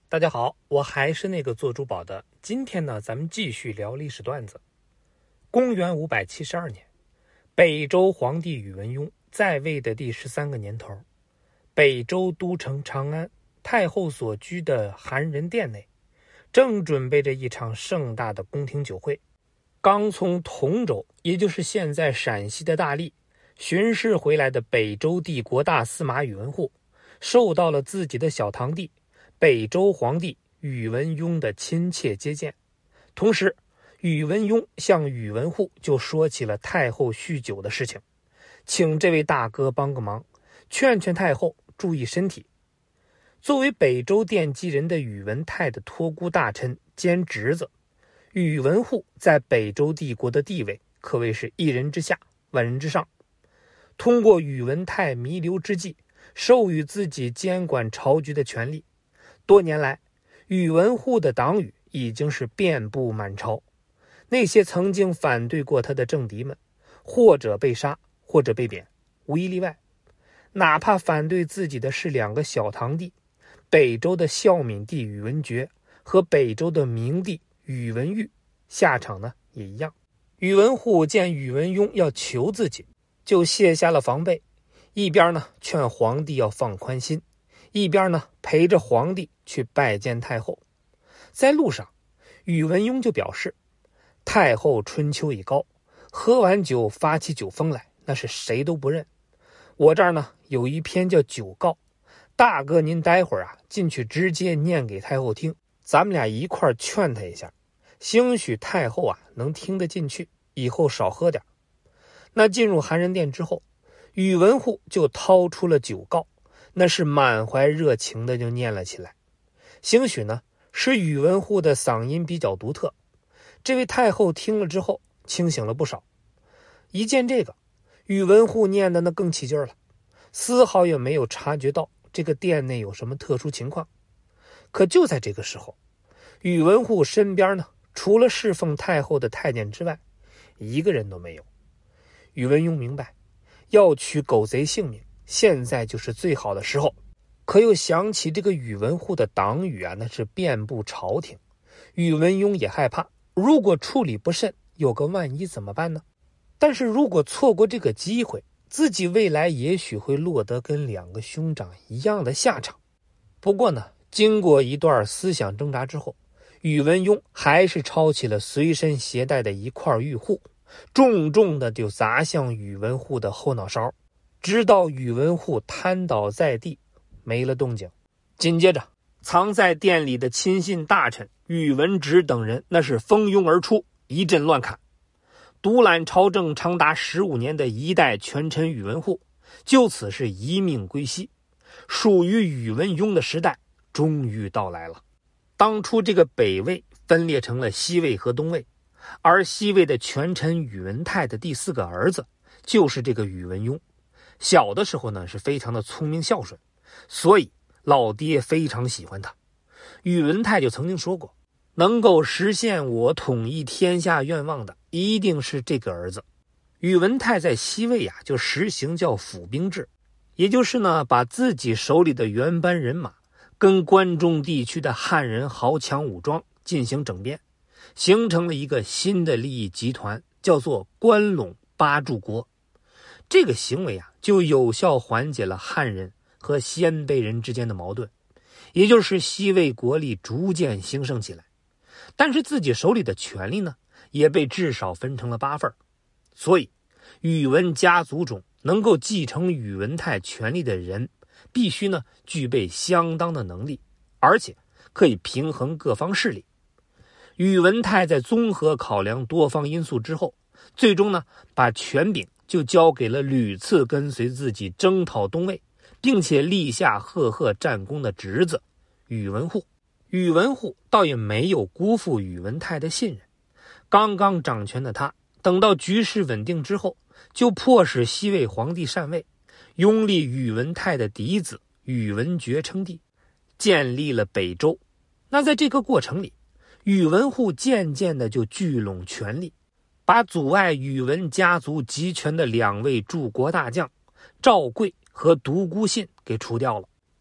大家好，我还是那个做珠宝的。今天呢，咱们继续聊历史段子。公元572年，北周皇帝宇文邕在位的第13个年头，北周都城长安，太后所居的含仁殿内，正准备着一场盛大的宫廷酒会。刚从同州，也就是现在陕西的大荔巡视回来的北周帝国大司马宇文护，受到了自己的小堂弟北周皇帝宇文邕的亲切接见。同时，宇文邕向宇文护就说起了太后酗酒的事情，请这位大哥帮个忙，劝劝太后注意身体。作为北周奠基人的宇文泰的托孤大臣兼侄子，宇文护在北周帝国的地位可谓是一人之下，万人之上。通过宇文泰弥留之际，授予自己监管朝局的权利。多年来，宇文护的党羽已经是遍布满朝，那些曾经反对过他的政敌们，或者被杀，或者被贬，无一例外。哪怕反对自己的是两个小堂弟，北周的孝敏帝宇文觉和北周的明帝宇文毓，下场呢也一样。宇文护见宇文邕要求自己，就卸下了防备，一边呢劝皇帝要放宽心，一边呢陪着皇帝去拜见太后。在路上，宇文邕就表示，太后春秋已高，喝完酒发起酒疯来，那是谁都不认。我这儿呢有一篇叫酒告，大哥您待会儿进去直接念给太后听，咱们俩一块劝她一下，兴许太后能听得进去，以后少喝点。那进入含仁殿之后，宇文护就掏出了酒告，那是满怀热情的就念了起来。兴许呢是宇文护的嗓音比较独特，这位太后听了之后清醒了不少。一见这个，宇文护念的那更起劲了，丝毫也没有察觉到这个殿内有什么特殊情况。可就在这个时候，宇文护身边呢除了侍奉太后的太监之外，一个人都没有。宇文邕明白，要取狗贼性命，现在就是最好的时候。可又想起这个宇文护的党羽那是遍布朝廷，宇文邕也害怕，如果处理不慎，有个万一怎么办呢？但是如果错过这个机会，自己未来也许会落得跟两个兄长一样的下场。不过呢，经过一段思想挣扎之后，宇文邕还是抄起了随身携带的一块玉护，重重的就砸向宇文护的后脑勺，直到宇文护瘫倒在地，没了动静。紧接着，藏在殿里的亲信大臣宇文直等人那是蜂拥而出，一阵乱砍。独揽朝政长达15年的一代权臣宇文护，就此是一命归西。属于宇文邕的时代终于到来了。当初这个北魏分裂成了西魏和东魏，而西魏的权臣宇文泰的第4个儿子就是这个宇文邕。小的时候呢是非常的聪明孝顺，所以老爹非常喜欢他。宇文泰就曾经说过，能够实现我统一天下愿望的一定是这个儿子。宇文泰在西魏就实行叫府兵制，也就是呢把自己手里的原班人马跟关中地区的汉人豪强武装进行整编，形成了一个新的利益集团，叫做关陇八柱国。这个行为就有效缓解了汉人和鲜卑人之间的矛盾，也就是西魏国力逐渐兴盛起来。但是自己手里的权力呢也被至少分成了8份，所以宇文家族中能够继承宇文泰权力的人必须呢具备相当的能力，而且可以平衡各方势力。宇文泰在综合考量多方因素之后，最终呢把权柄就交给了屡次跟随自己征讨东魏，并且立下赫赫战功的侄子宇文护。宇文护倒也没有辜负宇文泰的信任，刚刚掌权的他，等到局势稳定之后，就迫使西魏皇帝禅位，拥立宇文泰的嫡子宇文觉称帝，建立了北周。那在这个过程里，宇文护渐渐的就聚拢权力，把阻碍宇文家族集权的2位柱国大将赵贵和独孤信给除掉了。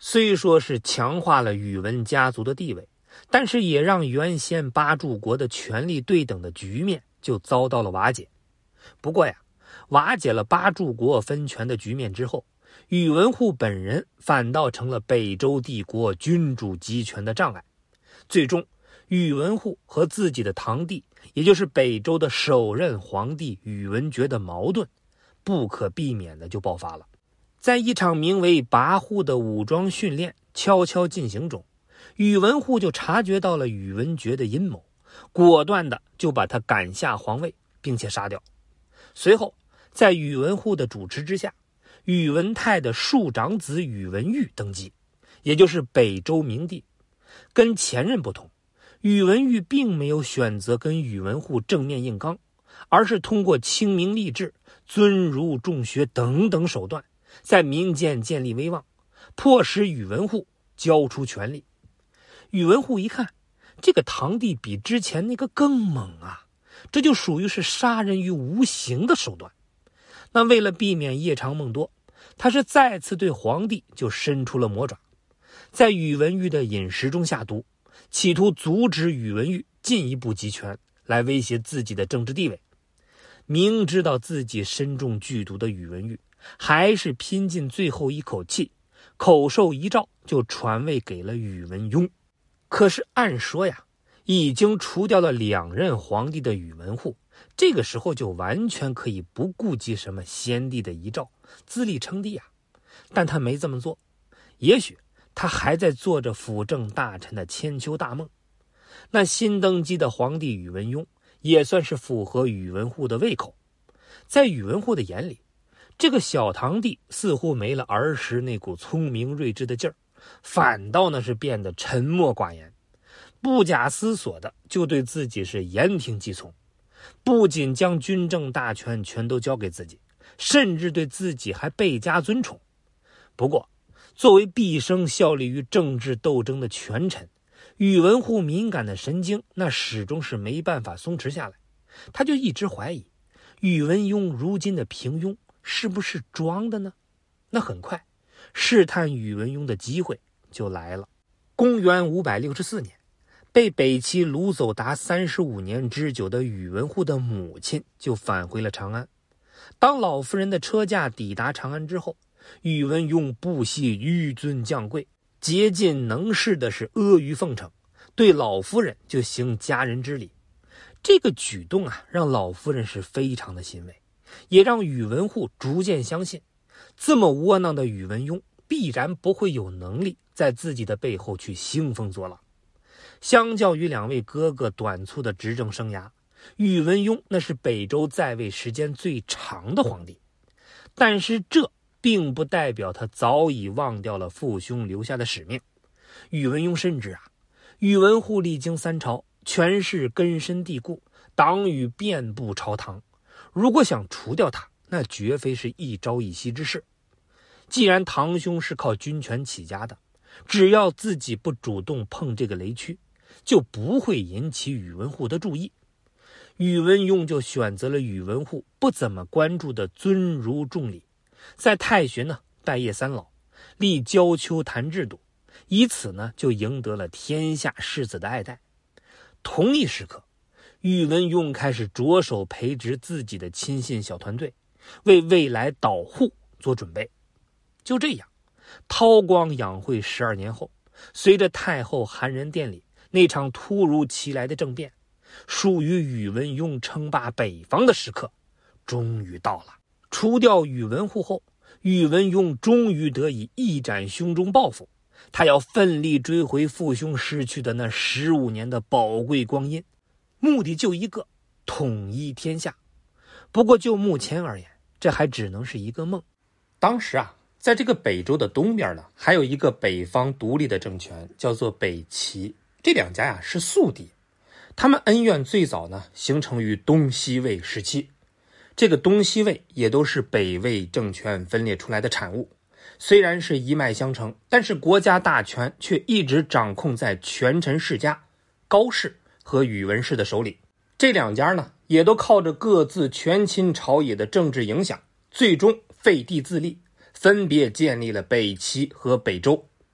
虽说是强化了宇文家族的地位，但是也让原先八柱国的权力对等的局面就遭到了瓦解。不过呀，瓦解了八柱国分权的局面之后，宇文护本人反倒成了北周帝国君主集权的障碍。最终，宇文护和自己的堂弟，也就是北周的首任皇帝宇文觉的矛盾，不可避免的就爆发了。在一场名为跋扈的武装训练悄悄进行中，宇文护就察觉到了宇文觉的阴谋，果断的就把他赶下皇位，并且杀掉。随后，在宇文护的主持之下，宇文泰的庶长子宇文毓登基，也就是北周明帝。跟前任不同，宇文毓并没有选择跟宇文护正面硬刚，而是通过清明吏治、尊儒重学等等手段，在民间建立威望，迫使宇文护交出权力。宇文护一看，这个堂弟比之前那个更猛啊，这就属于是杀人于无形的手段。那为了避免夜长梦多，他是再次对皇帝就伸出了魔爪，在宇文毓的饮食中下毒，企图阻止宇文毓进一步集权，来威胁自己的政治地位。明知道自己身中剧毒的宇文毓还是拼尽最后一口气，口授遗诏就传位给了宇文邕。可是按说呀，已经除掉了2任皇帝的宇文护，这个时候就完全可以不顾及什么先帝的遗诏，自立称帝啊。但他没这么做，也许他还在做着辅政大臣的千秋大梦。那新登基的皇帝宇文邕也算是符合宇文护的胃口。在宇文护的眼里，这个小堂弟似乎没了儿时那股聪明睿智的劲儿，反倒呢是变得沉默寡言，不假思索的就对自己是言听计从，不仅将军政大权全都交给自己，甚至对自己还倍加尊崇。不过作为毕生效力于政治斗争的权臣，宇文护敏感的神经那始终是没办法松弛下来。他就一直怀疑宇文邕如今的平庸是不是装的呢？那很快试探宇文邕的机会就来了。公元564年，被北齐掳走达35年之久的宇文护的母亲就返回了长安。当老夫人的车驾抵达长安之后，宇文邕不惜纡尊降贵，竭尽能事的是阿谀奉承，对老夫人就行家人之礼。这个举动啊，让老夫人是非常的欣慰，也让宇文护逐渐相信，这么窝囊的宇文邕必然不会有能力在自己的背后去兴风作浪。相较于2位哥哥短促的执政生涯，宇文邕那是北周在位时间最长的皇帝。但是这并不代表他早已忘掉了父兄留下的使命。宇文邕深知啊，宇文护历经3朝，权势根深蒂固，党羽遍布朝堂，如果想除掉他，那绝非是一朝一夕之事。既然堂兄是靠军权起家的，只要自己不主动碰这个雷区，就不会引起宇文护的注意。宇文邕就选择了宇文护不怎么关注的尊儒重礼，在太学呢拜谒3老，立郊丘坛制度，以此呢就赢得了天下士子的爱戴。同一时刻，宇文邕开始着手培植自己的亲信小团队，为未来导护做准备。就这样，韬光养晦12年后，随着太后韩仁殿里那场突如其来的政变，属于宇文邕称霸北方的时刻终于到了。除掉宇文护后，宇文邕终于得以一展胸中抱负，他要奋力追回父兄失去的那15年的宝贵光阴，目的就一个，统一天下。不过就目前而言，这还只能是一个梦。当时啊，在这个北周的东边呢，还有一个北方独立的政权，叫做北齐。这2家呀是宿敌，他们恩怨最早呢形成于东西魏时期。这个东西魏也都是北魏政权分裂出来的产物，虽然是一脉相承，但是国家大权却一直掌控在权臣世家高氏和宇文氏的手里。这2家呢也都靠着各自权倾朝野的政治影响，最终废帝自立，分别建立了北齐和北周。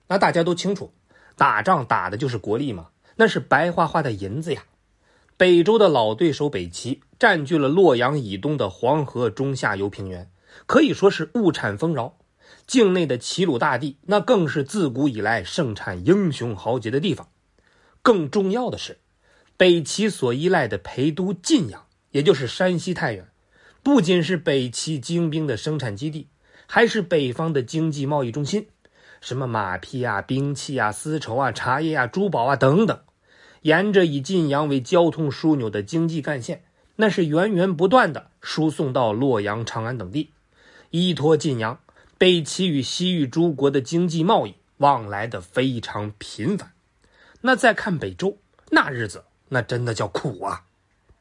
那大家都清楚，打仗打的就是国力嘛，那是白花花的银子呀。北周的老对手北齐占据了洛阳以东的黄河中下游平原，可以说是物产丰饶。境内的齐鲁大地那更是自古以来盛产英雄豪杰的地方。更重要的是，北齐所依赖的陪都晋阳，也就是山西太原，不仅是北齐精兵的生产基地，还是北方的经济贸易中心，什么马匹啊、兵器啊、丝绸啊、茶叶啊、珠宝啊等等，沿着以晋阳为交通枢纽的经济干线，那是源源不断的输送到洛阳、长安等地。依托晋阳，北齐与西域诸国的经济贸易往来的非常频繁。那再看北周，那日子那真的叫苦啊。